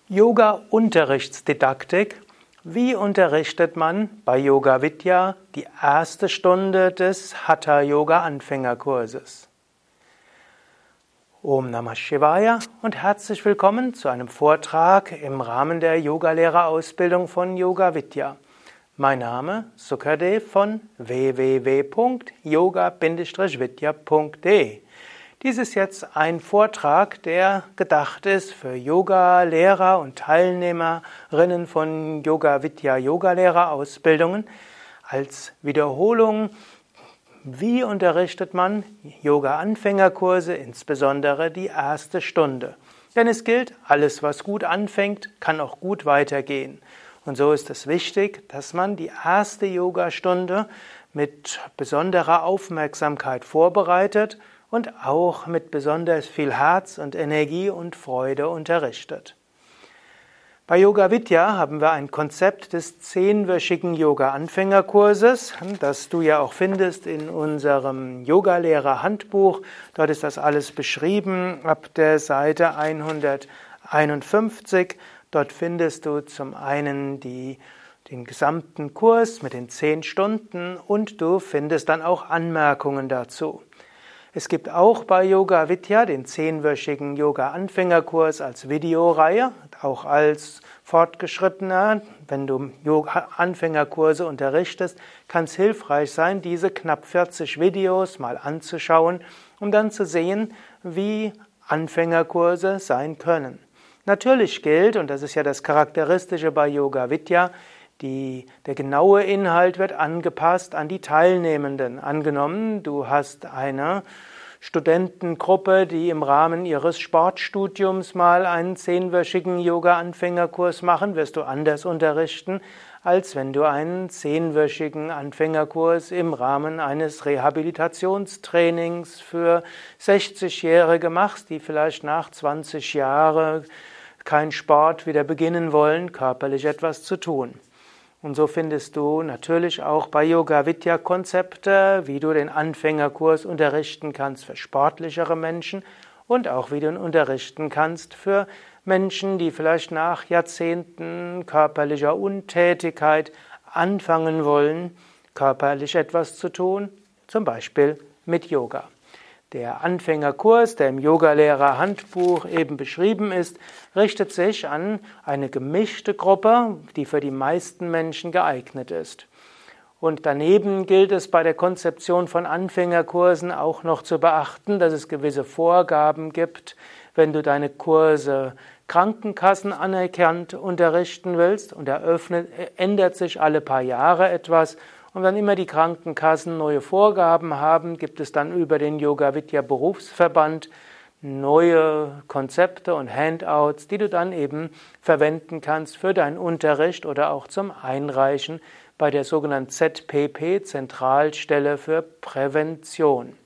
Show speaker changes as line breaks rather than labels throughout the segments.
Yoga-Unterrichtsdidaktik. Wie unterrichtet man bei Yoga Vidya die erste Stunde des Hatha-Yoga-Anfängerkurses? Om Namah Shivaya und herzlich willkommen zu einem Vortrag im Rahmen der Yogalehrerausbildung von Yoga Vidya. Mein Name Sukadev von www.yoga-vidya.de. Dies ist jetzt ein Vortrag, der gedacht ist für Yoga-Lehrer und Teilnehmerinnen von Yoga Vidya Yogalehrerausbildungen als Wiederholung. Wie unterrichtet man Yoga-Anfängerkurse, insbesondere die erste Stunde? Denn es gilt, alles was gut anfängt, kann auch gut weitergehen. Und so ist es wichtig, dass man die erste Yogastunde mit besonderer Aufmerksamkeit vorbereitet und auch mit besonders viel Herz und Energie und Freude unterrichtet. Bei Yoga Vidya haben wir ein Konzept des 10-wöchigen Yoga-Anfängerkurses, das du ja auch findest in unserem Yogalehrer-Handbuch. Dort ist das alles beschrieben ab der Seite 151. Dort findest du zum einen den gesamten Kurs mit den 10 Stunden und du findest dann auch Anmerkungen dazu. Es gibt auch bei Yoga Vidya den 10-wöchigen Yoga-Anfängerkurs als Videoreihe, auch als Fortgeschrittener. Wenn du Yoga-Anfängerkurse unterrichtest, kann es hilfreich sein, diese knapp 40 Videos mal anzuschauen, um dann zu sehen, wie Anfängerkurse sein können. Natürlich gilt, und das ist ja das Charakteristische bei Yoga Vidya, der genaue Inhalt wird angepasst an die Teilnehmenden. Angenommen, du hast eine Studentengruppe, die im Rahmen ihres Sportstudiums mal einen 10-wöchigen Yoga-Anfängerkurs machen, wirst du anders unterrichten, als wenn du einen 10-wöchigen Anfängerkurs im Rahmen eines Rehabilitationstrainings für 60-Jährige machst, die vielleicht nach 20 Jahren keinen Sport wieder beginnen wollen, körperlich etwas zu tun. Und so findest du natürlich auch bei Yoga Vidya Konzepte, wie du den Anfängerkurs unterrichten kannst für sportlichere Menschen und auch wie du ihn unterrichten kannst für Menschen, die vielleicht nach Jahrzehnten körperlicher Untätigkeit anfangen wollen, körperlich etwas zu tun, zum Beispiel mit Yoga. Der Anfängerkurs, der im Yogalehrer-Handbuch eben beschrieben ist, richtet sich an eine gemischte Gruppe, die für die meisten Menschen geeignet ist. Und daneben gilt es bei der Konzeption von Anfängerkursen auch noch zu beachten, dass es gewisse Vorgaben gibt, wenn du deine Kurse Krankenkassen anerkannt unterrichten willst und ändert sich alle paar Jahre etwas. Und wenn immer die Krankenkassen neue Vorgaben haben, gibt es dann über den Yoga Vidya Berufsverband neue Konzepte und Handouts, die du dann eben verwenden kannst für deinen Unterricht oder auch zum Einreichen bei der sogenannten ZPP, Zentralstelle für Prävention.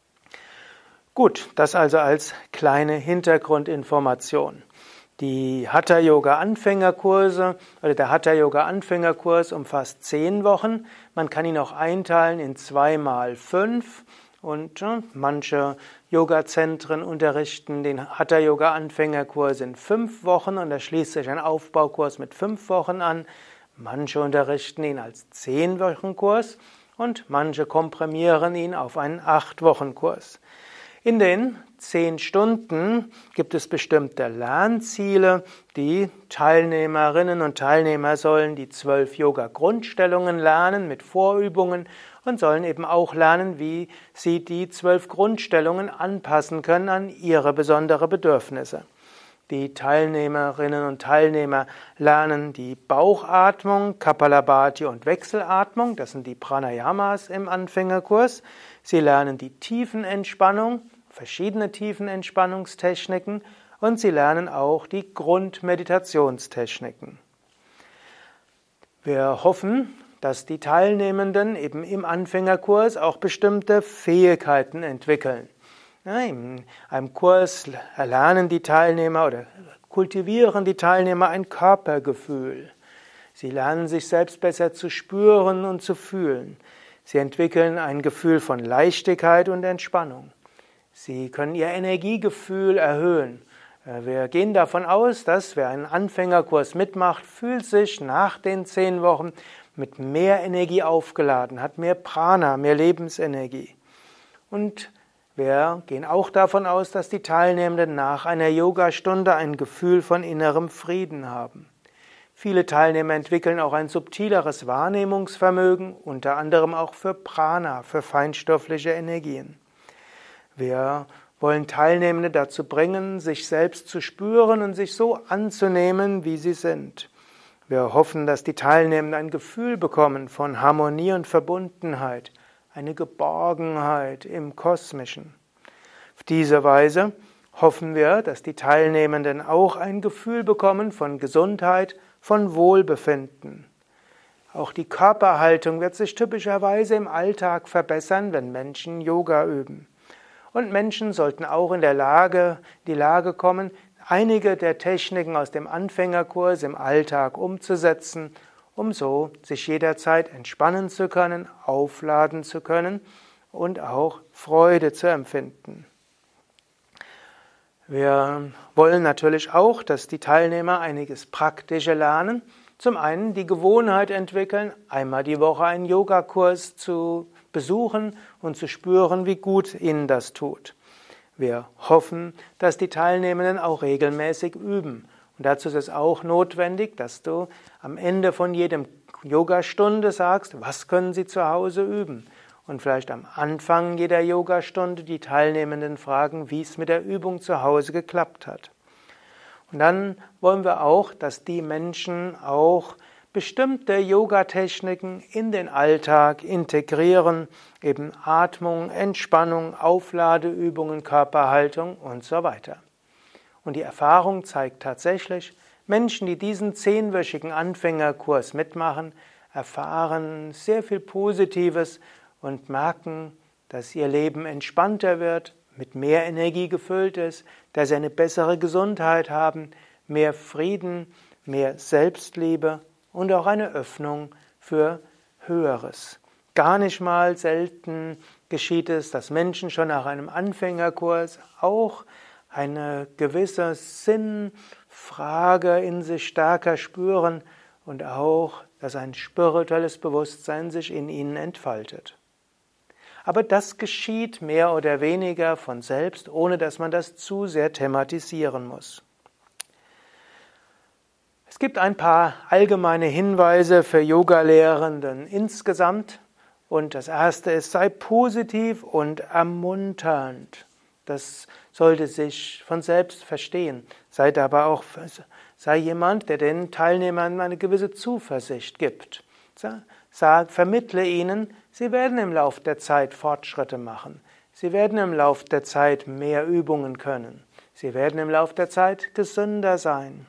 Gut, das also als kleine Hintergrundinformation. Die Hatha-Yoga-Anfängerkurse oder der Hatha-Yoga-Anfängerkurs umfasst 10 Wochen. Man kann ihn auch einteilen in 2x5 und manche Yoga-Zentren unterrichten den Hatha-Yoga-Anfängerkurs in 5 Wochen und da schließt sich ein Aufbaukurs mit 5 Wochen an. Manche unterrichten ihn als 10-Wochen-Kurs und manche komprimieren ihn auf einen 8-Wochen-Kurs. In den 10 Stunden gibt es bestimmte Lernziele. Die Teilnehmerinnen und Teilnehmer sollen die 12 Yoga-Grundstellungen lernen mit Vorübungen und sollen eben auch lernen, wie sie die 12 Grundstellungen anpassen können an ihre besonderen Bedürfnisse. Die Teilnehmerinnen und Teilnehmer lernen die Bauchatmung, Kapalabhati und Wechselatmung, das sind die Pranayamas im Anfängerkurs. Sie lernen die Tiefenentspannung, verschiedene Tiefenentspannungstechniken und sie lernen auch die Grundmeditationstechniken. Wir hoffen, dass die Teilnehmenden eben im Anfängerkurs auch bestimmte Fähigkeiten entwickeln. In einem Kurs erlernen die Teilnehmer oder kultivieren die Teilnehmer ein Körpergefühl. Sie lernen sich selbst besser zu spüren und zu fühlen. Sie entwickeln ein Gefühl von Leichtigkeit und Entspannung. Sie können ihr Energiegefühl erhöhen. Wir gehen davon aus, dass wer einen Anfängerkurs mitmacht, fühlt sich nach den 10 Wochen mit mehr Energie aufgeladen, hat mehr Prana, mehr Lebensenergie. Und wir gehen auch davon aus, dass die Teilnehmenden nach einer Yogastunde ein Gefühl von innerem Frieden haben. Viele Teilnehmer entwickeln auch ein subtileres Wahrnehmungsvermögen, unter anderem auch für Prana, für feinstoffliche Energien. Wir wollen Teilnehmende dazu bringen, sich selbst zu spüren und sich so anzunehmen, wie sie sind. Wir hoffen, dass die Teilnehmenden ein Gefühl bekommen von Harmonie und Verbundenheit, eine Geborgenheit im Kosmischen. Auf diese Weise hoffen wir, dass die Teilnehmenden auch ein Gefühl bekommen von Gesundheit, von Wohlbefinden. Auch die Körperhaltung wird sich typischerweise im Alltag verbessern, wenn Menschen Yoga üben. Und Menschen sollten auch in die Lage kommen, einige der Techniken aus dem Anfängerkurs im Alltag umzusetzen, um so sich jederzeit entspannen zu können, aufladen zu können und auch Freude zu empfinden. Wir wollen natürlich auch, dass die Teilnehmer einiges Praktische lernen. Zum einen die Gewohnheit entwickeln, einmal die Woche einen Yogakurs zu besuchen und zu spüren, wie gut ihnen das tut. Wir hoffen, dass die Teilnehmenden auch regelmäßig üben. Und dazu ist es auch notwendig, dass du am Ende von jedem Yogastunde sagst, was können sie zu Hause üben. Und vielleicht am Anfang jeder Yogastunde die Teilnehmenden fragen, wie es mit der Übung zu Hause geklappt hat. Und dann wollen wir auch, dass die Menschen auch bestimmte Yogatechniken in den Alltag integrieren, eben Atmung, Entspannung, Aufladeübungen, Körperhaltung und so weiter. Und die Erfahrung zeigt tatsächlich, Menschen, die diesen 10-wöchigen Anfängerkurs mitmachen, erfahren sehr viel Positives und merken, dass ihr Leben entspannter wird, mit mehr Energie gefüllt ist, dass sie eine bessere Gesundheit haben, mehr Frieden, mehr Selbstliebe und auch eine Öffnung für Höheres. Gar nicht mal selten geschieht es, dass Menschen schon nach einem Anfängerkurs auch eine gewisse Sinnfrage in sich stärker spüren und auch, dass ein spirituelles Bewusstsein sich in ihnen entfaltet. Aber das geschieht mehr oder weniger von selbst, ohne dass man das zu sehr thematisieren muss. Es gibt ein paar allgemeine Hinweise für Yogalehrenden insgesamt. Und das erste ist, sei positiv und ermunternd. Das sollte sich von selbst verstehen. Sei jemand, der den Teilnehmern eine gewisse Zuversicht gibt. Vermittle ihnen, sie werden im Lauf der Zeit Fortschritte machen. Sie werden im Lauf der Zeit mehr Übungen können. Sie werden im Lauf der Zeit gesünder sein.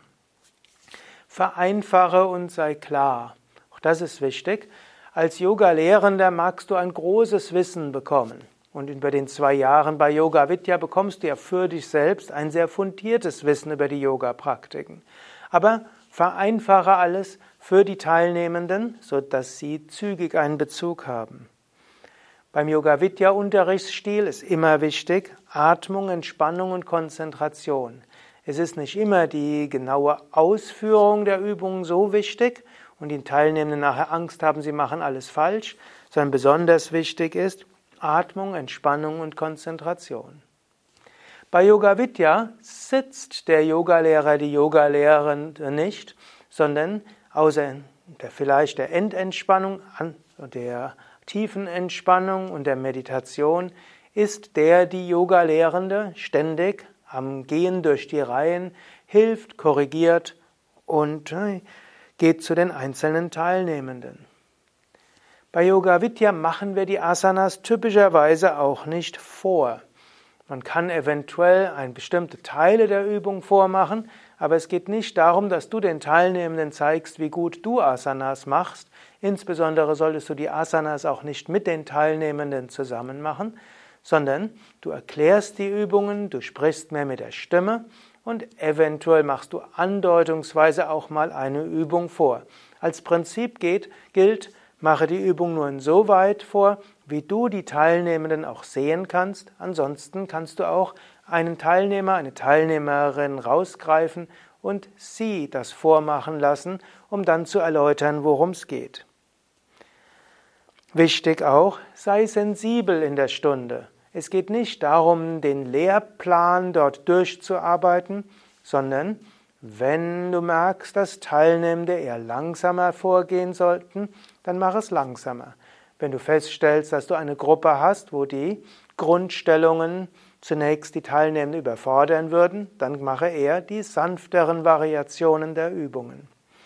Vereinfache und sei klar. Auch das ist wichtig. Als Yoga-Lehrender magst du ein großes Wissen bekommen. Und über den 2 Jahren bei Yoga Vidya bekommst du ja für dich selbst ein sehr fundiertes Wissen über die Yoga-Praktiken. Aber vereinfache alles für die Teilnehmenden, sodass sie zügig einen Bezug haben. Beim Yoga Vidya Unterrichtsstil ist immer wichtig Atmung, Entspannung und Konzentration. Es ist nicht immer die genaue Ausführung der Übung so wichtig und die Teilnehmenden nachher Angst haben, sie machen alles falsch, sondern besonders wichtig ist Atmung, Entspannung und Konzentration. Bei Yoga Vidya sitzt der Yogalehrer, die Yogalehrende nicht, sondern außer vielleicht der Endentspannung, der tiefen Entspannung und der Meditation ist die Yogalehrende ständig am Gehen durch die Reihen, hilft, korrigiert und geht zu den einzelnen Teilnehmenden. Bei Yoga Vidya machen wir die Asanas typischerweise auch nicht vor. Man kann eventuell bestimmte Teile der Übung vormachen, aber es geht nicht darum, dass du den Teilnehmenden zeigst, wie gut du Asanas machst. Insbesondere solltest du die Asanas auch nicht mit den Teilnehmenden zusammen machen, sondern du erklärst die Übungen, du sprichst mehr mit der Stimme und eventuell machst du andeutungsweise auch mal eine Übung vor. Als Prinzip gilt, mache die Übung nur insoweit vor, wie du die Teilnehmenden auch sehen kannst. Ansonsten kannst du auch einen Teilnehmer, eine Teilnehmerin rausgreifen und sie das vormachen lassen, um dann zu erläutern, worum es geht. Wichtig auch, sei sensibel in der Stunde. Es geht nicht darum, den Lehrplan dort durchzuarbeiten, sondern wenn du merkst, dass Teilnehmende eher langsamer vorgehen sollten, dann mach es langsamer. Wenn du feststellst, dass du eine Gruppe hast, wo die Grundstellungen zunächst die Teilnehmenden überfordern würden, dann mache eher die sanfteren Variationen der Übungen.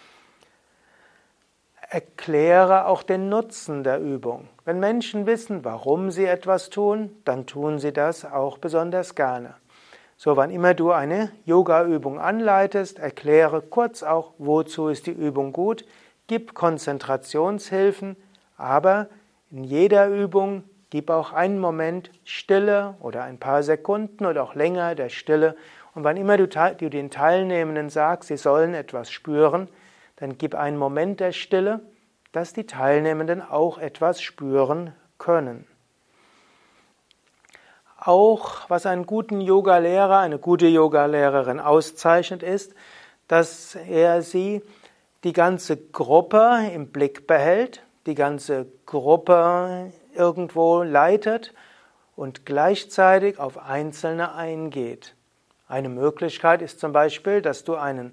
Erkläre auch den Nutzen der Übung. Wenn Menschen wissen, warum sie etwas tun, dann tun sie das auch besonders gerne. So, wann immer du eine Yoga-Übung anleitest, erkläre kurz auch, wozu ist die Übung gut, gib Konzentrationshilfen, aber in jeder Übung gib auch einen Moment Stille oder ein paar Sekunden oder auch länger der Stille. Und wann immer du den Teilnehmenden sagst, sie sollen etwas spüren, dann gib einen Moment der Stille, dass die Teilnehmenden auch etwas spüren können. Auch was einen guten Yogalehrer, eine gute Yogalehrerin auszeichnet, ist, dass sie die ganze Gruppe im Blick behält, die ganze Gruppe irgendwo leitet und gleichzeitig auf Einzelne eingeht. Eine Möglichkeit ist zum Beispiel, dass du eine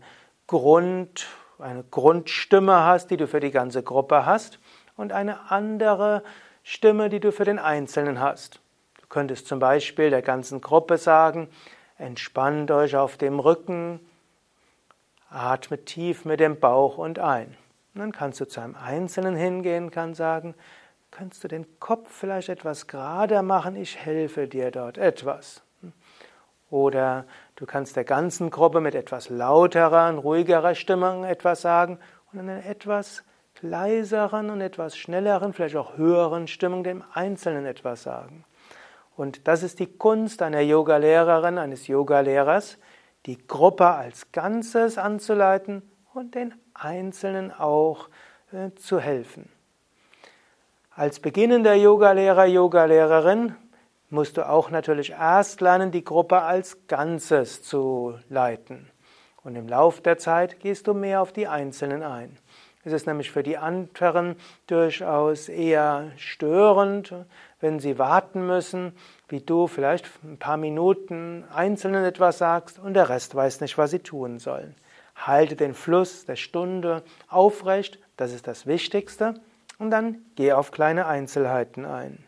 Grundstimme hast, die du für die ganze Gruppe hast, und eine andere Stimme, die du für den Einzelnen hast. Du könntest zum Beispiel der ganzen Gruppe sagen, entspannt euch auf dem Rücken, atmet tief mit dem Bauch und ein. Und dann kannst du zu einem Einzelnen hingehen, kann sagen, kannst du den Kopf vielleicht etwas gerader machen, ich helfe dir dort etwas. Oder du kannst der ganzen Gruppe mit etwas lauterer und ruhigerer Stimme etwas sagen und in einer etwas leiseren und etwas schnelleren, vielleicht auch höheren Stimmung dem Einzelnen etwas sagen. Und das ist die Kunst einer Yogalehrerin, eines Yogalehrers, die Gruppe als Ganzes anzuleiten und den Einzelnen auch zu helfen. Als beginnender Yogalehrer, Yogalehrerin musst du auch natürlich erst lernen, die Gruppe als Ganzes zu leiten. Und im Lauf der Zeit gehst du mehr auf die Einzelnen ein. Es ist nämlich für die anderen durchaus eher störend, wenn sie warten müssen, wie du vielleicht ein paar Minuten Einzelnen etwas sagst und der Rest weiß nicht, was sie tun sollen. Halte den Fluss der Stunde aufrecht, das ist das Wichtigste, und dann geh auf kleine Einzelheiten ein.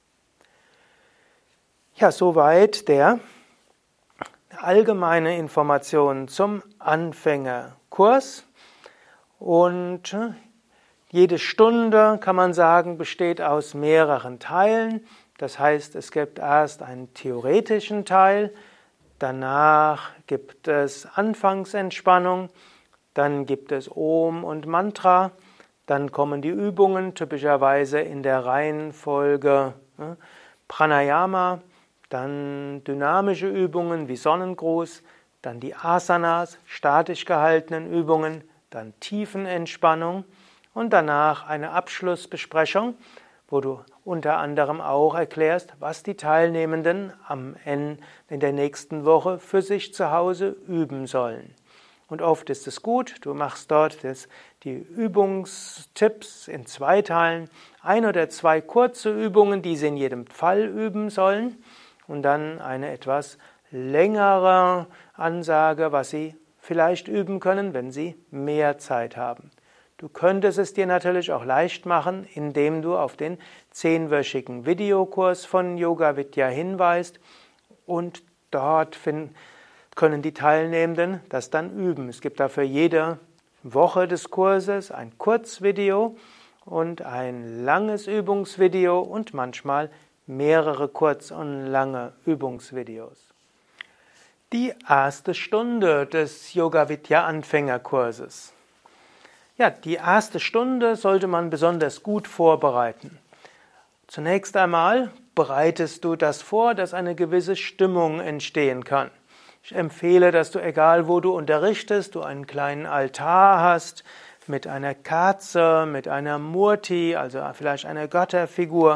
Ja, soweit der allgemeine Informationen zum Anfängerkurs. Und jede Stunde, kann man sagen, besteht aus mehreren Teilen. Das heißt, es gibt erst einen theoretischen Teil, danach gibt es Anfangsentspannung, dann gibt es Om und Mantra, dann kommen die Übungen, typischerweise in der Reihenfolge Pranayama, dann dynamische Übungen wie Sonnengruß, dann die Asanas, statisch gehaltenen Übungen, dann Tiefenentspannung und danach eine Abschlussbesprechung, wo du unter anderem auch erklärst, was die Teilnehmenden am Ende in der nächsten Woche für sich zu Hause üben sollen. Und oft ist es gut, du machst dort die Übungstipps in 2 Teilen, 1 oder 2 kurze Übungen, die sie in jedem Fall üben sollen, und dann eine etwas längere Ansage, was sie vielleicht üben können, wenn sie mehr Zeit haben. Du könntest es dir natürlich auch leicht machen, indem du auf den 10-wöchigen Videokurs von Yoga Vidya hinweist und dort können die Teilnehmenden das dann üben. Es gibt dafür jede Woche des Kurses ein Kurzvideo und ein langes Übungsvideo und manchmal mehrere kurz- und lange Übungsvideos. Die erste Stunde des Yoga Vidya Anfängerkurses. Ja, die erste Stunde sollte man besonders gut vorbereiten. Zunächst einmal bereitest du das vor, dass eine gewisse Stimmung entstehen kann. Ich empfehle, dass du, egal wo du unterrichtest, du einen kleinen Altar hast mit einer Kerze, mit einer Murti, also vielleicht einer Götterfigur,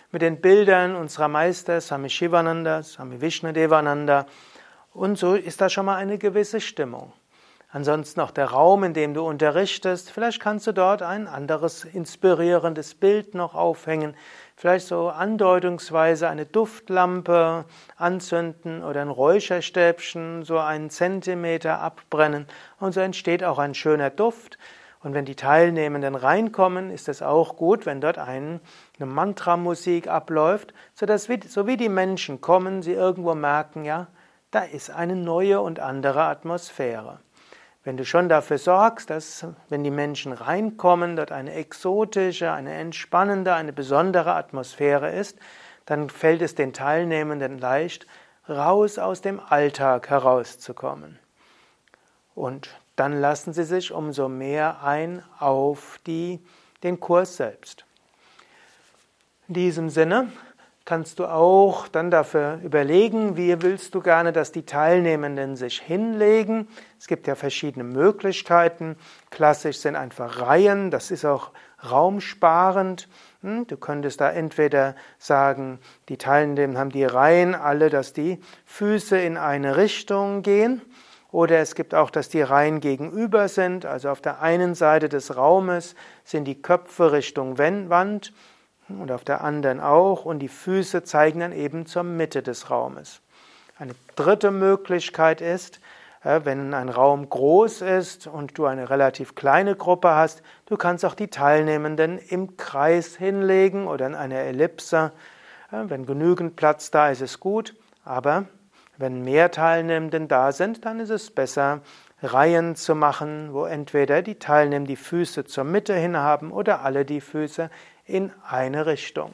mit den Bildern unserer Meister, Swami Shivananda, Swami Vishnadevananda. Und so ist da schon mal eine gewisse Stimmung. Ansonsten auch der Raum, in dem du unterrichtest. Vielleicht kannst du dort ein anderes inspirierendes Bild noch aufhängen. Vielleicht so andeutungsweise eine Duftlampe anzünden oder ein Räucherstäbchen so einen Zentimeter abbrennen. Und so entsteht auch ein schöner Duft. Und wenn die Teilnehmenden reinkommen, ist es auch gut, wenn dort eine Mantramusik abläuft, sodass so wie die Menschen kommen, sie irgendwo merken, ja, da ist eine neue und andere Atmosphäre. Wenn du schon dafür sorgst, dass, wenn die Menschen reinkommen, dort eine exotische, eine entspannende, eine besondere Atmosphäre ist, dann fällt es den Teilnehmenden leicht, raus aus dem Alltag herauszukommen. Und dann lassen sie sich umso mehr ein auf den Kurs selbst. In diesem Sinne kannst du auch dann dafür überlegen, wie willst du gerne, dass die Teilnehmenden sich hinlegen. Es gibt ja verschiedene Möglichkeiten. Klassisch sind einfach Reihen, das ist auch raumsparend. Du könntest da entweder sagen, die Teilnehmenden haben die Reihen alle, dass die Füße in eine Richtung gehen. Oder es gibt auch, dass die Reihen gegenüber sind. Also auf der einen Seite des Raumes sind die Köpfe Richtung Wand. Und auf der anderen auch, und die Füße zeigen dann eben zur Mitte des Raumes. Eine dritte Möglichkeit ist, wenn ein Raum groß ist und du eine relativ kleine Gruppe hast, du kannst auch die Teilnehmenden im Kreis hinlegen oder in einer Ellipse. Wenn genügend Platz da ist, ist es gut, aber wenn mehr Teilnehmenden da sind, dann ist es besser, Reihen zu machen, wo entweder die Teilnehmer die Füße zur Mitte hin haben oder alle die Füße in eine Richtung.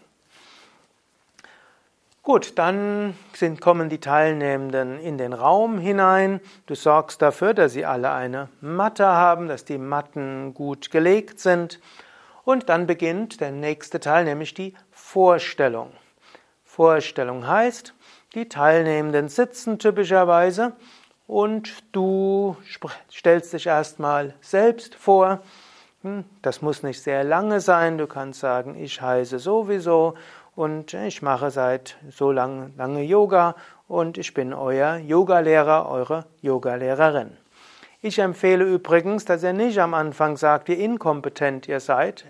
Gut, dann kommen die Teilnehmenden in den Raum hinein. Du sorgst dafür, dass sie alle eine Matte haben, dass die Matten gut gelegt sind. Und dann beginnt der nächste Teil, nämlich die Vorstellung. Vorstellung heißt, die Teilnehmenden sitzen typischerweise und du stellst dich erstmal selbst vor. Das muss nicht sehr lange sein. Du kannst sagen, ich heiße sowieso und ich mache seit so lange Yoga und ich bin euer Yogalehrer, eure Yogalehrerin. Ich empfehle übrigens, dass ihr nicht am Anfang sagt, wie inkompetent ihr seid,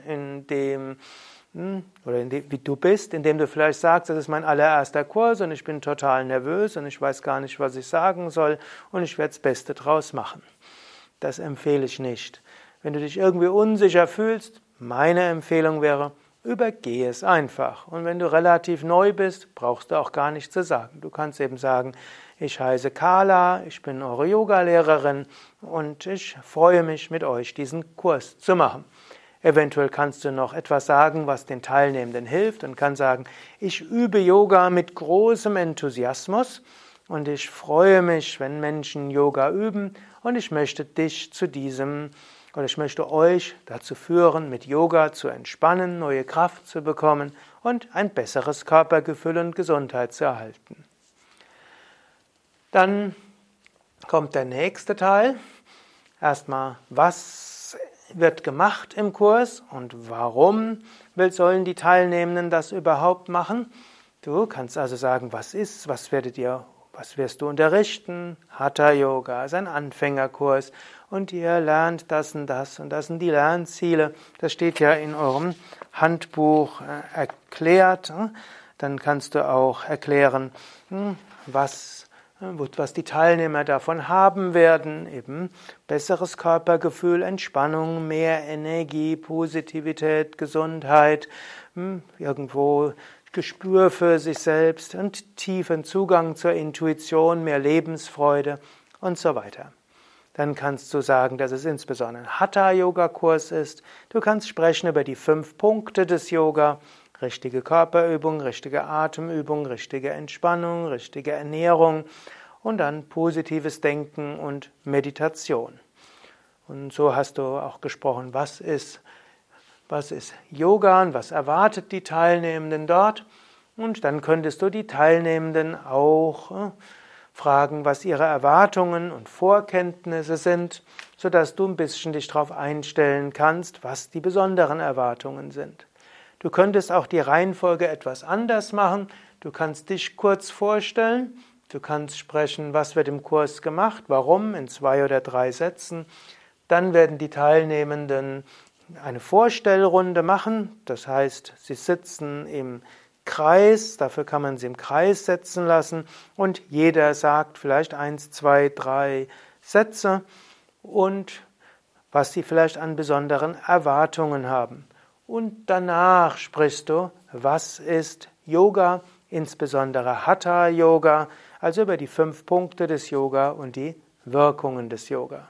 wie du bist, indem du vielleicht sagst, das ist mein allererster Kurs und ich bin total nervös und ich weiß gar nicht, was ich sagen soll und ich werde das Beste draus machen. Das empfehle ich nicht. Wenn du dich irgendwie unsicher fühlst, meine Empfehlung wäre, übergehe es einfach. Und wenn du relativ neu bist, brauchst du auch gar nichts zu sagen. Du kannst eben sagen, ich heiße Carla, ich bin eure Yogalehrerin und ich freue mich, mit euch diesen Kurs zu machen. Eventuell kannst du noch etwas sagen, was den Teilnehmenden hilft und kannst sagen, ich übe Yoga mit großem Enthusiasmus und ich freue mich, wenn Menschen Yoga üben und ich möchte ich möchte euch dazu führen, mit Yoga zu entspannen, neue Kraft zu bekommen und ein besseres Körpergefühl und Gesundheit zu erhalten. Dann kommt der nächste Teil. Erstmal, was wird gemacht im Kurs und warum sollen die Teilnehmenden das überhaupt machen? Du kannst also sagen, was wirst du unterrichten? Hatha Yoga ist ein Anfängerkurs und ihr lernt das und das und das sind die Lernziele. Das steht ja in eurem Handbuch erklärt. Dann kannst du auch erklären, was die Teilnehmer davon haben werden. Eben besseres Körpergefühl, Entspannung, mehr Energie, Positivität, Gesundheit, irgendwo Gespür für sich selbst und tiefen Zugang zur Intuition, mehr Lebensfreude und so weiter. Dann kannst du sagen, dass es insbesondere ein Hatha-Yoga-Kurs ist. Du kannst sprechen über die 5 Punkte des Yoga, richtige Körperübung, richtige Atemübung, richtige Entspannung, richtige Ernährung und dann positives Denken und Meditation. Und so hast du auch gesprochen, was ist Yoga und was erwartet die Teilnehmenden dort? Und dann könntest du die Teilnehmenden auch fragen, was ihre Erwartungen und Vorkenntnisse sind, sodass du ein bisschen dich darauf einstellen kannst, was die besonderen Erwartungen sind. Du könntest auch die Reihenfolge etwas anders machen. Du kannst dich kurz vorstellen. Du kannst sprechen, was wird im Kurs gemacht, warum, in 2 oder 3 Sätzen. Dann werden die Teilnehmenden eine Vorstellrunde machen. Das heißt, sie sitzen im Kreis, dafür kann man sie im Kreis setzen lassen und jeder sagt vielleicht 1, 2, 3 Sätze und was sie vielleicht an besonderen Erwartungen haben. Und danach sprichst du, was ist Yoga, insbesondere Hatha Yoga, also über die 5 Punkte des Yoga und die Wirkungen des Yoga.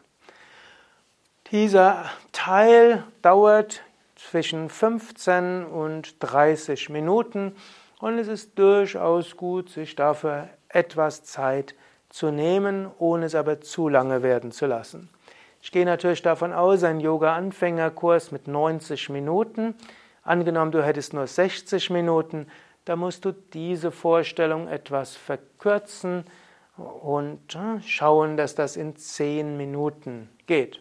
Dieser Teil dauert zwischen 15 und 30 Minuten und es ist durchaus gut, sich dafür etwas Zeit zu nehmen, ohne es aber zu lange werden zu lassen. Ich gehe natürlich davon aus, ein Yoga-Anfängerkurs mit 90 Minuten, angenommen du hättest nur 60 Minuten, da musst du diese Vorstellung etwas verkürzen und schauen, dass das in 10 Minuten geht.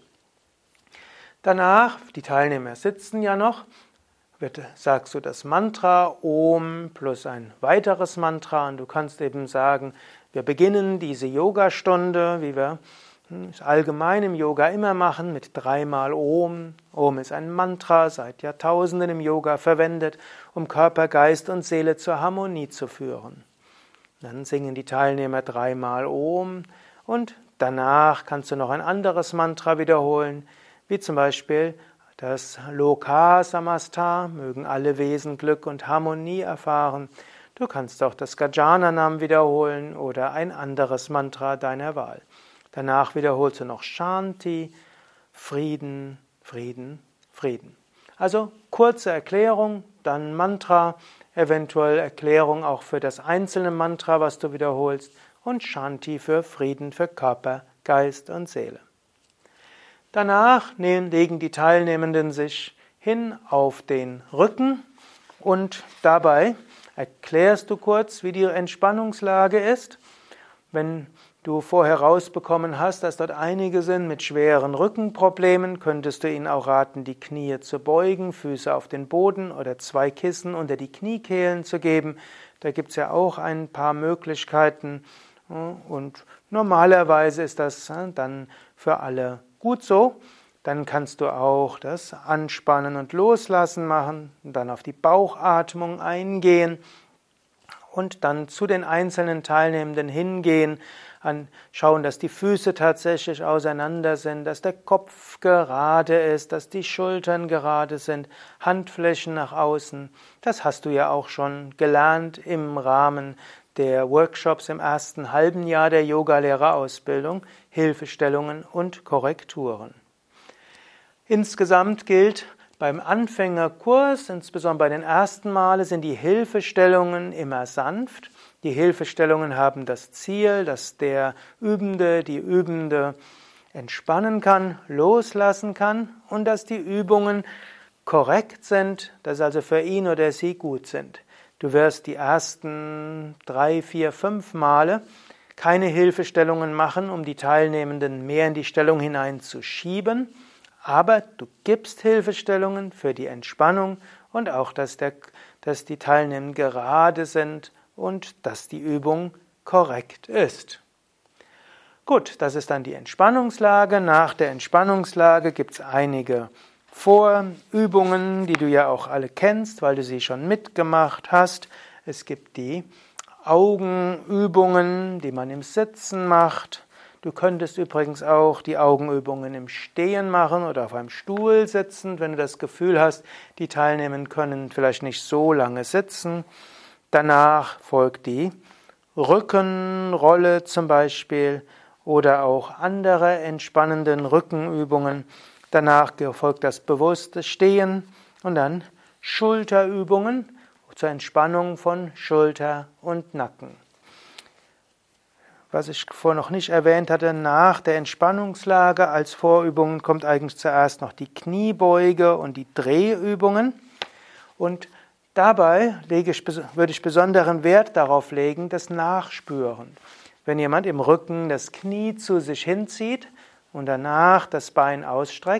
Danach, die Teilnehmer sitzen ja noch, sagst du das Mantra Om plus ein weiteres Mantra und du kannst eben sagen, wir beginnen diese Yogastunde, wie wir es allgemein im Yoga immer machen, mit 3-mal Om. Om ist ein Mantra, seit Jahrtausenden im Yoga verwendet, um Körper, Geist und Seele zur Harmonie zu führen. Dann singen die Teilnehmer 3-mal Om und danach kannst du noch ein anderes Mantra wiederholen, wie zum Beispiel das Loka Samasta, mögen alle Wesen Glück und Harmonie erfahren. Du kannst auch das Gajananam wiederholen oder ein anderes Mantra deiner Wahl. Danach wiederholst du noch Shanti, Frieden, Frieden, Frieden. Also kurze Erklärung, dann Mantra, eventuell Erklärung auch für das einzelne Mantra, was du wiederholst und Shanti für Frieden für Körper, Geist und Seele. Danach legen die Teilnehmenden sich hin auf den Rücken und dabei erklärst du kurz, wie die Entspannungslage ist. Wenn du vorher rausbekommen hast, dass dort einige sind mit schweren Rückenproblemen, könntest du ihnen auch raten, die Knie zu beugen, Füße auf den Boden oder 2 Kissen unter die Kniekehlen zu geben. Da gibt es ja auch ein paar Möglichkeiten und normalerweise ist das dann für alle gut so. Dann kannst du auch das Anspannen und Loslassen machen und dann auf die Bauchatmung eingehen und dann zu den einzelnen Teilnehmenden hingehen, schauen, dass die Füße tatsächlich auseinander sind, dass der Kopf gerade ist, dass die Schultern gerade sind, Handflächen nach außen. Das hast du ja auch schon gelernt im Rahmen der Workshops im ersten halben Jahr der Yogalehrerausbildung, Hilfestellungen und Korrekturen. Insgesamt gilt, beim Anfängerkurs, insbesondere bei den ersten Male, sind die Hilfestellungen immer sanft. Die Hilfestellungen haben das Ziel, dass der Übende, die Übende entspannen kann, loslassen kann und dass die Übungen korrekt sind, dass also für ihn oder sie gut sind. Du wirst die ersten 3, 4, 5 Male keine Hilfestellungen machen, um die Teilnehmenden mehr in die Stellung hineinzuschieben, aber du gibst Hilfestellungen für die Entspannung und auch, dass die Teilnehmenden gerade sind und dass die Übung korrekt ist. Gut, das ist dann die Entspannungslage. Nach der Entspannungslage gibt es einige Vorübungen, die du ja auch alle kennst, weil du sie schon mitgemacht hast. Es gibt die Augenübungen, die man im Sitzen macht. Du könntest übrigens auch die Augenübungen im Stehen machen oder auf einem Stuhl sitzen, wenn du das Gefühl hast, die Teilnehmenden können vielleicht nicht so lange sitzen. Danach folgt die Rückenrolle zum Beispiel oder auch andere entspannenden Rückenübungen. Danach folgt das bewusste Stehen und dann Schulterübungen zur Entspannung von Schulter und Nacken. Was ich vorher noch nicht erwähnt hatte, nach der Entspannungslage als Vorübungen kommt eigentlich zuerst noch die Kniebeuge und die Drehübungen. Und dabei würde ich besonderen Wert darauf legen, das Nachspüren. Wenn jemand im Rücken das Knie zu sich hinzieht und danach das Bein ausstreckt,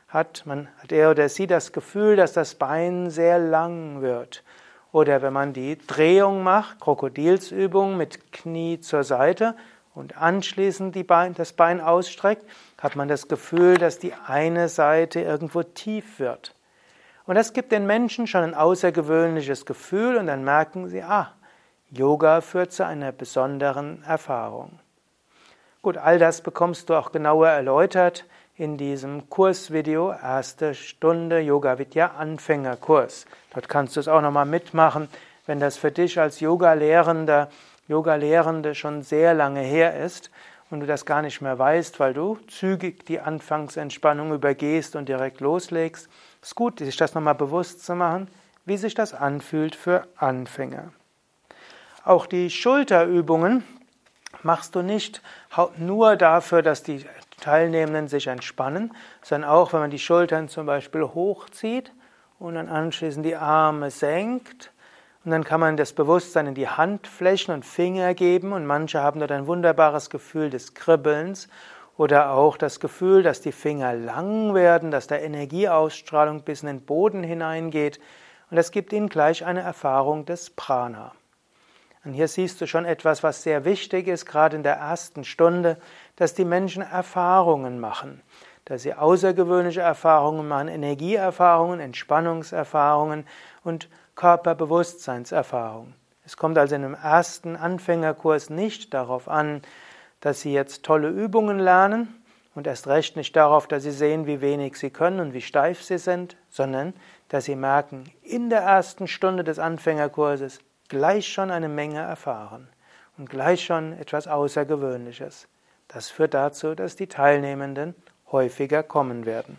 hat er oder sie das Gefühl, dass das Bein sehr lang wird. Oder wenn man die Drehung macht, Krokodilsübung mit Knie zur Seite und anschließend das Bein ausstreckt, hat man das Gefühl, dass die eine Seite irgendwo tief wird. Und das gibt den Menschen schon ein außergewöhnliches Gefühl und dann merken sie, Yoga führt zu einer besonderen Erfahrung. Gut, all das bekommst du auch genauer erläutert in diesem Kursvideo, erste Stunde Yoga Vidya Anfängerkurs. Dort kannst du es auch nochmal mitmachen, wenn das für dich als Yoga-Lehrende schon sehr lange her ist und du das gar nicht mehr weißt, weil du zügig die Anfangsentspannung übergehst und direkt loslegst. Es ist gut, sich das nochmal bewusst zu machen, wie sich das anfühlt für Anfänger. Auch die Schulterübungen machst du nicht nur dafür, dass die Teilnehmenden sich entspannen, sondern auch, wenn man die Schultern zum Beispiel hochzieht und dann anschließend die Arme senkt. Und dann kann man das Bewusstsein in die Handflächen und Finger geben und manche haben dort ein wunderbares Gefühl des Kribbelns oder auch das Gefühl, dass die Finger lang werden, dass da Energieausstrahlung bis in den Boden hineingeht und das gibt ihnen gleich eine Erfahrung des Prana. Und hier siehst du schon etwas, was sehr wichtig ist, gerade in der ersten Stunde, dass die Menschen Erfahrungen machen, dass sie außergewöhnliche Erfahrungen machen, Energieerfahrungen, Entspannungserfahrungen und Körperbewusstseinserfahrungen. Es kommt also in einem ersten Anfängerkurs nicht darauf an, dass sie jetzt tolle Übungen lernen und erst recht nicht darauf, dass sie sehen, wie wenig sie können und wie steif sie sind, sondern dass sie merken, in der ersten Stunde des Anfängerkurses gleich schon eine Menge erfahren und gleich schon etwas Außergewöhnliches. Das führt dazu, dass die Teilnehmenden häufiger kommen werden.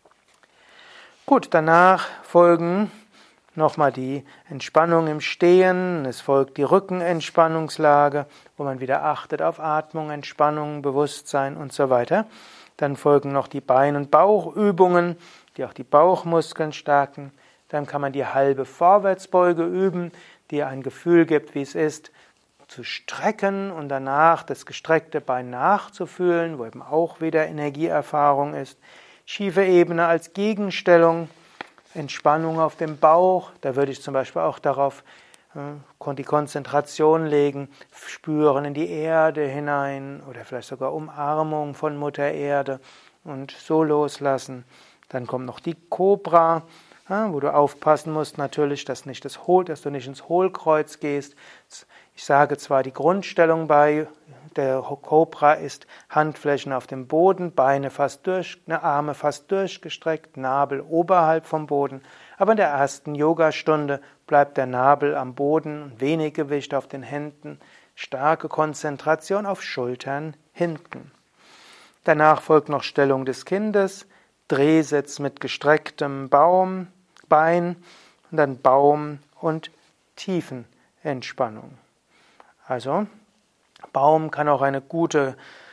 Gut, danach folgen nochmal die Entspannung im Stehen, es folgt die Rückenentspannungslage, wo man wieder achtet auf Atmung, Entspannung, Bewusstsein und so weiter. Dann folgen noch die Bein- und Bauchübungen, die auch die Bauchmuskeln stärken. Dann kann man die halbe Vorwärtsbeuge üben, die ein Gefühl gibt, wie es ist, zu strecken und danach das gestreckte Bein nachzufühlen, wo eben auch wieder Energieerfahrung ist. Schiefe Ebene als Gegenstellung, Entspannung auf dem Bauch, da würde ich zum Beispiel auch darauf die Konzentration legen, spüren in die Erde hinein oder vielleicht sogar Umarmung von Mutter Erde und so loslassen. Dann kommt noch die Kobra, wo du aufpassen musst natürlich, dass du nicht ins Hohlkreuz gehst. Ich sage zwar, die Grundstellung bei der Kobra ist Handflächen auf dem Boden, Arme fast durchgestreckt, Nabel oberhalb vom Boden. Aber in der ersten Yogastunde bleibt der Nabel am Boden, wenig Gewicht auf den Händen, starke Konzentration auf Schultern hinten. Danach folgt noch Stellung des Kindes, Drehsitz mit gestrecktem Bein und dann Baum und Tiefenentspannung. Also Baum kann auch eine gute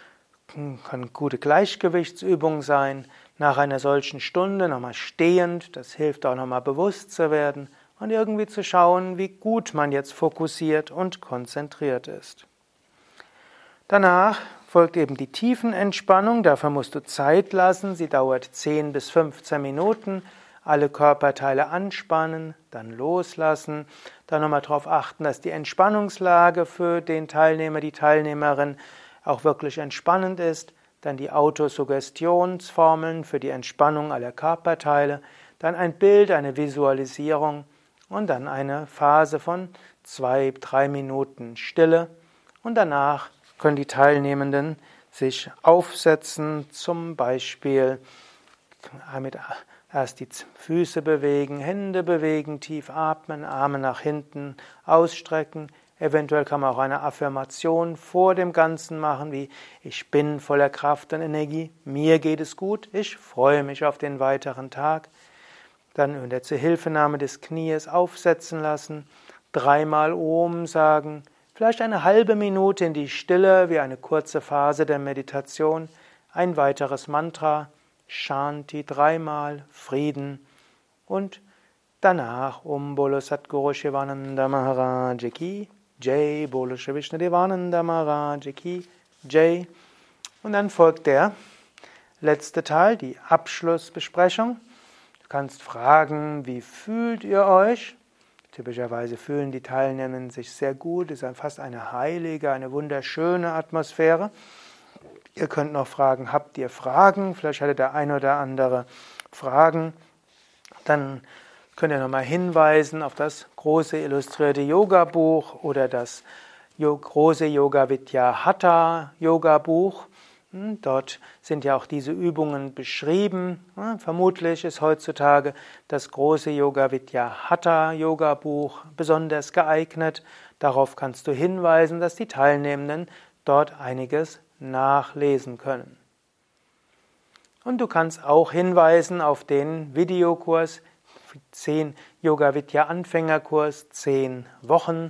Gleichgewichtsübung sein. Nach einer solchen Stunde nochmal stehend, das hilft auch nochmal bewusst zu werden und irgendwie zu schauen, wie gut man jetzt fokussiert und konzentriert ist. Danach folgt eben die Tiefenentspannung, dafür musst du Zeit lassen, sie dauert 10 bis 15 Minuten. Alle Körperteile anspannen, dann loslassen, dann nochmal darauf achten, dass die Entspannungslage für den Teilnehmer, die Teilnehmerin auch wirklich entspannend ist, dann die Autosuggestionsformeln für die Entspannung aller Körperteile, dann ein Bild, eine Visualisierung und dann eine Phase von 2-3 Minuten Stille und danach können die Teilnehmenden sich aufsetzen, zum Beispiel mit erst die Füße bewegen, Hände bewegen, tief atmen, Arme nach hinten ausstrecken. Eventuell kann man auch eine Affirmation vor dem Ganzen machen, wie ich bin voller Kraft und Energie, mir geht es gut, ich freue mich auf den weiteren Tag. Dann unter Zuhilfenahme des Knies aufsetzen lassen, 3-mal Om sagen, vielleicht eine halbe Minute in die Stille wie eine kurze Phase der Meditation, ein weiteres Mantra, Shanti 3-mal, Frieden und danach Bolo Satguru Shivananda Maharaj Ki Jai, Bolo Shri Vishnadevananda Maharaj Ki Jai und dann folgt der letzte Teil, die Abschlussbesprechung. Du kannst fragen, wie fühlt ihr euch? Typischerweise fühlen die Teilnehmenden sich sehr gut, es ist fast eine heilige, eine wunderschöne Atmosphäre. Ihr könnt noch fragen, habt ihr Fragen? Vielleicht hatte der ein oder andere Fragen. Dann könnt ihr nochmal hinweisen auf das große illustrierte Yoga-Buch oder das große Yoga Vidya Hatha Yoga-Buch. Dort sind ja auch diese Übungen beschrieben. Vermutlich ist heutzutage das große Yoga Vidya Hatha Yoga Buch besonders geeignet. Darauf kannst du hinweisen, dass die Teilnehmenden dort einiges nachlesen können. Und du kannst auch hinweisen auf den Videokurs 10 Yoga Vidya Anfängerkurs, 10 Wochen.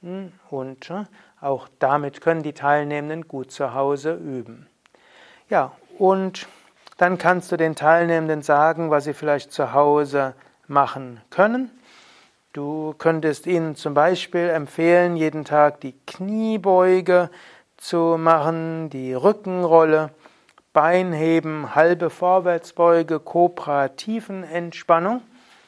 Und auch damit können die Teilnehmenden gut zu Hause üben. Ja, und dann kannst du den Teilnehmenden sagen, was sie vielleicht zu Hause machen können. Du könntest ihnen zum Beispiel empfehlen, jeden Tag die Kniebeuge zu machen, die Rückenrolle, Beinheben, halbe Vorwärtsbeuge, Cobra, Tiefenentspannung.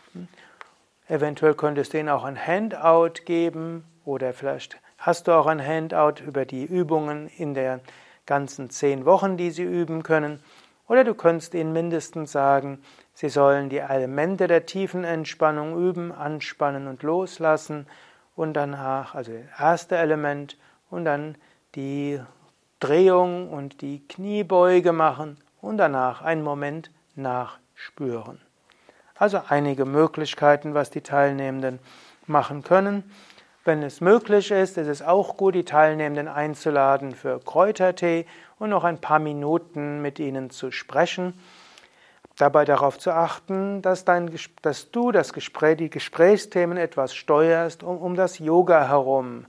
Eventuell könntest du ihnen auch ein Handout geben oder vielleicht hast du auch ein Handout über die Übungen in der ganzen 10 Wochen, die sie üben können. Oder du könntest ihnen mindestens sagen, sie sollen die Elemente der tiefen Entspannung üben, anspannen und loslassen und danach, also das erste Element und dann die Drehung und die Kniebeuge machen und danach einen Moment nachspüren. Also einige Möglichkeiten, was die Teilnehmenden machen können. Wenn es möglich ist, ist es auch gut, die Teilnehmenden einzuladen für Kräutertee und noch ein paar Minuten mit ihnen zu sprechen. Dabei darauf zu achten, dass du die Gesprächsthemen etwas steuerst, um das Yoga herum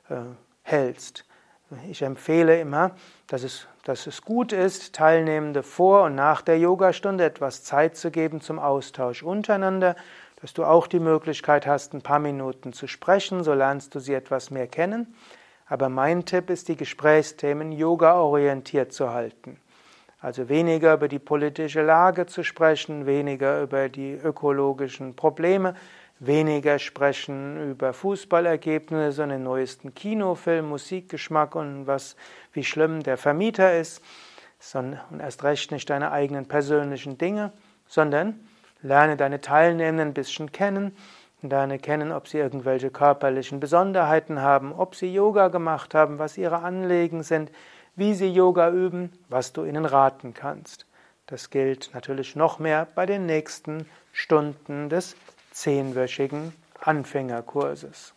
hältst. Ich empfehle immer, dass es gut ist, Teilnehmende vor und nach der Yogastunde etwas Zeit zu geben zum Austausch untereinander, dass du auch die Möglichkeit hast, ein paar Minuten zu sprechen, so lernst du sie etwas mehr kennen. Aber mein Tipp ist, die Gesprächsthemen yoga-orientiert zu halten. Also weniger über die politische Lage zu sprechen, weniger über die ökologischen Probleme, weniger sprechen über Fußballergebnisse und den neuesten Kinofilm, Musikgeschmack und wie schlimm der Vermieter ist, und erst recht nicht deine eigenen persönlichen Dinge, sondern lerne deine Teilnehmenden ein bisschen kennen, lerne kennen, ob sie irgendwelche körperlichen Besonderheiten haben, ob sie Yoga gemacht haben, was ihre Anliegen sind, wie sie Yoga üben, was du ihnen raten kannst. Das gilt natürlich noch mehr bei den nächsten Stunden des 10-wöchigen Anfängerkurses.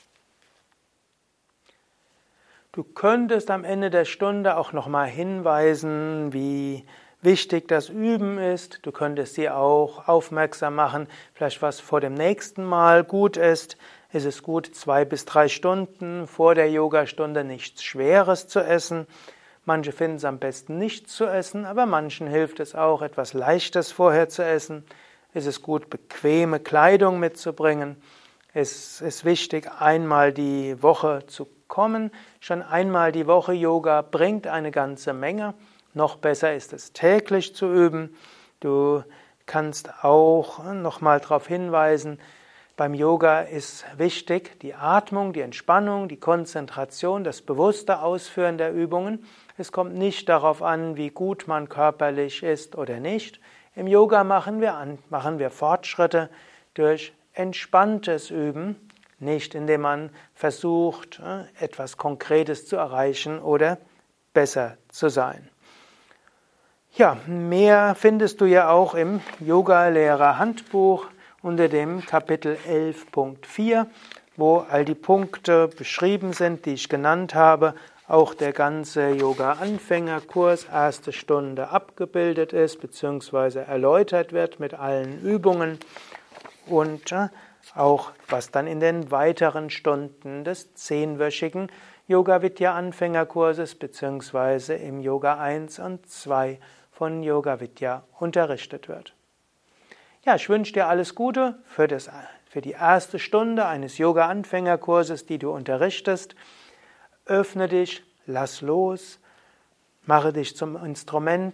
Du könntest am Ende der Stunde auch nochmal hinweisen, wie wichtig das Üben ist. Du könntest sie auch aufmerksam machen, vielleicht was vor dem nächsten Mal gut ist. Es ist gut, 2 bis 3 Stunden vor der Yogastunde nichts Schweres zu essen. Manche finden es am besten nicht zu essen, aber manchen hilft es auch, etwas Leichtes vorher zu essen. Es ist gut, bequeme Kleidung mitzubringen. Es ist wichtig, einmal die Woche zu kommen. Schon einmal die Woche Yoga bringt eine ganze Menge. Noch besser ist es, täglich zu üben. Du kannst auch nochmal darauf hinweisen, beim Yoga ist wichtig die Atmung, die Entspannung, die Konzentration, das bewusste Ausführen der Übungen. Es kommt nicht darauf an, wie gut man körperlich ist oder nicht. Im Yoga machen wir Fortschritte durch entspanntes Üben, nicht indem man versucht, etwas Konkretes zu erreichen oder besser zu sein. Ja, mehr findest du ja auch im Yoga-Lehrer-Handbuch unter dem Kapitel 11.4, wo all die Punkte beschrieben sind, die ich genannt habe, auch der ganze Yoga-Anfängerkurs, erste Stunde abgebildet ist, beziehungsweise erläutert wird mit allen Übungen und auch was dann in den weiteren Stunden des 10-wöchigen Yoga Vidya Anfängerkurses, beziehungsweise im Yoga 1 und 2 von Yoga Vidya unterrichtet wird. Ja, ich wünsche dir alles Gute für die erste Stunde eines Yoga-Anfängerkurses, die du unterrichtest. Öffne dich, lass los, mache dich zum Instrument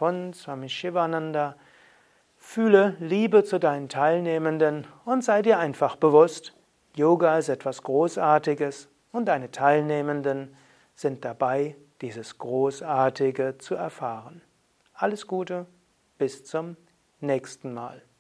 von Swami Shivananda. Fühle Liebe zu deinen Teilnehmenden und sei dir einfach bewusst, Yoga ist etwas Großartiges und deine Teilnehmenden sind dabei, dieses Großartige zu erfahren. Alles Gute, bis zum nächsten Mal.